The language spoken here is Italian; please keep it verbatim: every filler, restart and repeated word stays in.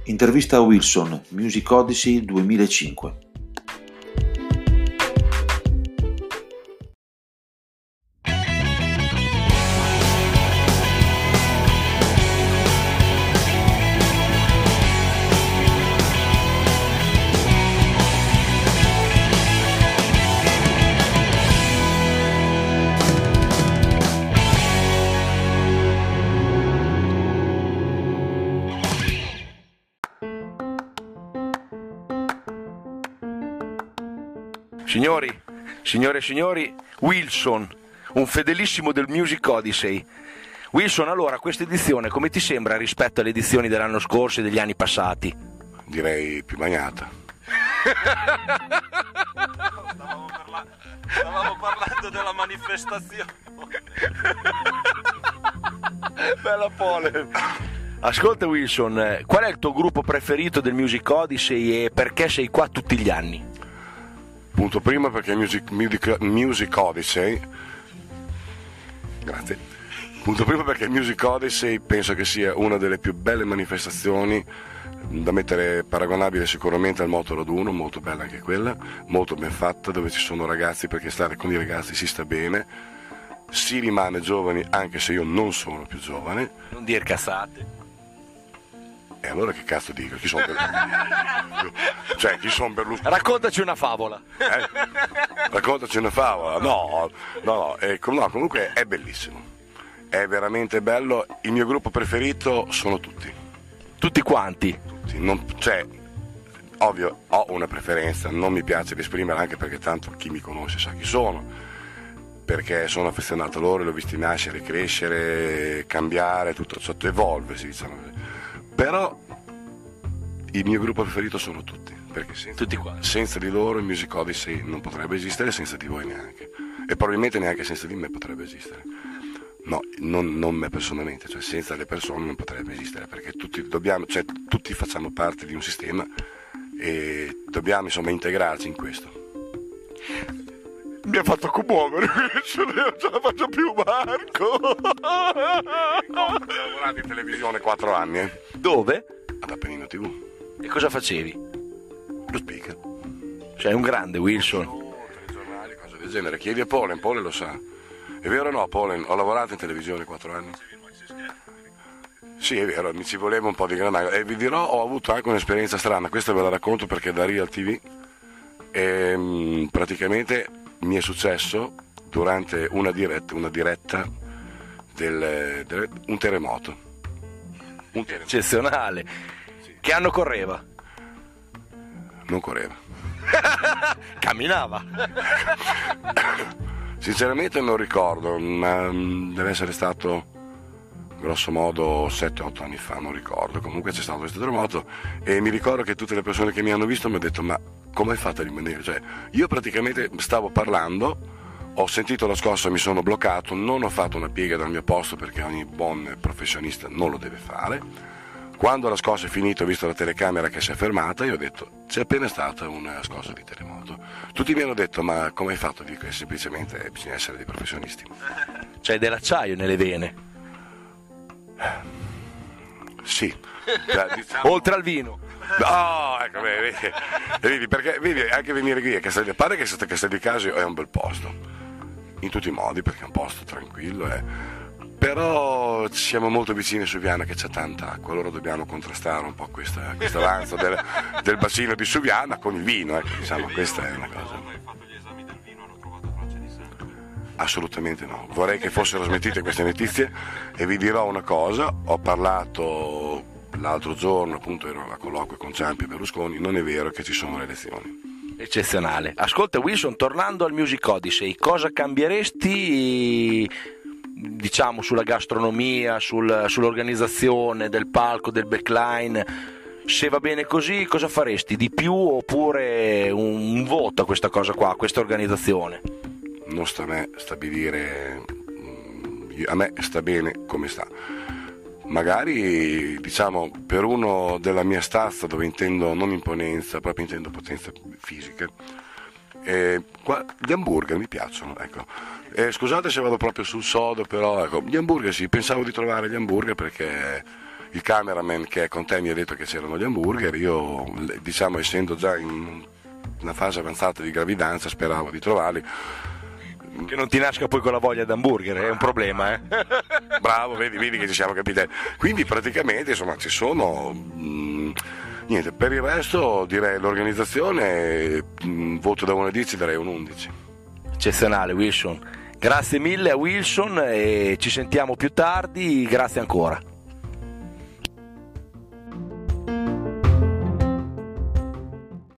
Intervista a Wilson, Music Odyssey duemilacinque. Signori, signore e signori, Wilson, un fedelissimo del Music Odyssey. Wilson, allora, questa edizione come ti sembra rispetto alle edizioni dell'anno scorso e degli anni passati? Direi più bagnata. Stavamo, parla... Stavamo parlando della manifestazione. Bella Pole. Ascolta Wilson, qual è il tuo gruppo preferito del Music Odyssey e perché sei qua tutti gli anni? Punto primo perché Music, Music, Music Odyssey grazie punto primo perché Music Odyssey penso che sia una delle più belle manifestazioni da mettere, paragonabile sicuramente al Moto Raduno, molto bella anche quella, molto ben fatta, dove ci sono ragazzi, perché stare con i ragazzi si sta bene, si rimane giovani anche se io non sono più giovane. Non dir cazzate. E allora che cazzo dico? Chi sono Berlusconi? Cioè, chi sono Berlusconi? Raccontaci una favola. Eh? Raccontaci una favola. No, no, no, eh, no, comunque è bellissimo. È veramente bello. Il mio gruppo preferito sono tutti. Tutti quanti? Tutti. Non, cioè, ovvio, ho una preferenza, non mi piace esprimere anche perché tanto chi mi conosce sa chi sono. Perché sono affezionato a loro, li ho visti nascere, crescere, cambiare, tutto sotto evolversi, diciamo così. Però il mio gruppo preferito sono tutti, perché senza, tutti quanti. Senza di loro il Music Odyssey non potrebbe esistere, senza di voi neanche, e probabilmente neanche senza di me potrebbe esistere. No, non, non me personalmente, cioè senza le persone non potrebbe esistere, perché tutti dobbiamo, cioè tutti facciamo parte di un sistema e dobbiamo insomma integrarci in questo. Mi ha fatto commuovere, non ce la faccio più, Marco. Ho lavorato in televisione quattro anni. Eh. Dove? Ad Appennino tivù. E cosa facevi? Lo speaker. Sei un grande, Wilson. No, telegiornali, cose del genere. Chiedi a Polen, Polen lo sa. È vero o no, Polen? Ho lavorato in televisione quattro anni. Sì, è vero, mi ci voleva un po' di granaio. E vi dirò, ho avuto anche un'esperienza strana. Questa ve la racconto perché da Real T V. E, praticamente mi è successo durante una diretta, una diretta del, del un terremoto. Un terremoto. Eccezionale. Sì. Che anno correva? Non correva. Camminava. Sinceramente non ricordo, ma deve essere stato grosso modo sette otto anni fa, non ricordo. Comunque c'è stato questo terremoto e mi ricordo che tutte le persone che mi hanno visto mi hanno detto: ma come hai fatto a rimanere? Cioè, io praticamente stavo parlando, ho sentito la scossa, mi sono bloccato, non ho fatto una piega dal mio posto perché ogni buon professionista non lo deve fare. Quando la scossa è finita, ho visto la telecamera che si è fermata, io ho detto: c'è appena stata una scossa di terremoto. Tutti mi hanno detto: ma come hai fatto? Dico: semplicemente bisogna essere dei professionisti. C'hai dell'acciaio nelle vene. Sì. Cioè, diciamo... Oltre al vino. No, ecco, vedi, vedi, perché vedi, anche venire qui a Castel, pare che Castel di Casio è un bel posto, in tutti i modi, perché è un posto tranquillo, eh. Però siamo molto vicini a Suviana che c'è tanta acqua, allora dobbiamo contrastare un po' questa, questo avanzo del, del bacino di Suviana con il vino, ecco, diciamo, questa è una cosa. Assolutamente no, vorrei che fossero smentite queste notizie e vi dirò una cosa, ho parlato l'altro giorno, appunto ero a colloquio con Ciampi e Berlusconi, non è vero che ci sono le elezioni. Eccezionale. Ascolta Wilson, tornando al Music Odyssey, cosa cambieresti, diciamo, sulla gastronomia, sul, sull'organizzazione del palco, del backline? Se va bene così, cosa faresti? Di più oppure un, un voto a questa cosa qua, a questa organizzazione? Non sta a me stabilire, a me sta bene come sta. Magari, diciamo, per uno della mia stazza, dove intendo non imponenza, proprio intendo potenza fisica, eh, qua, gli hamburger mi piacciono, ecco. Eh, scusate se vado proprio sul sodo, però ecco, gli hamburger sì, pensavo di trovare gli hamburger perché il cameraman che è con te mi ha detto che c'erano gli hamburger, io diciamo essendo già in una fase avanzata di gravidanza speravo di trovarli. Che non ti nasca poi con la voglia d'hamburger, è un problema, eh? Bravo, vedi, vedi che ci siamo capiti. Quindi praticamente insomma ci sono mh, niente, per il resto direi l'organizzazione mh, voto da uno a dieci, darei un undici. Eccezionale Wilson, grazie mille a Wilson e ci sentiamo più tardi, grazie ancora.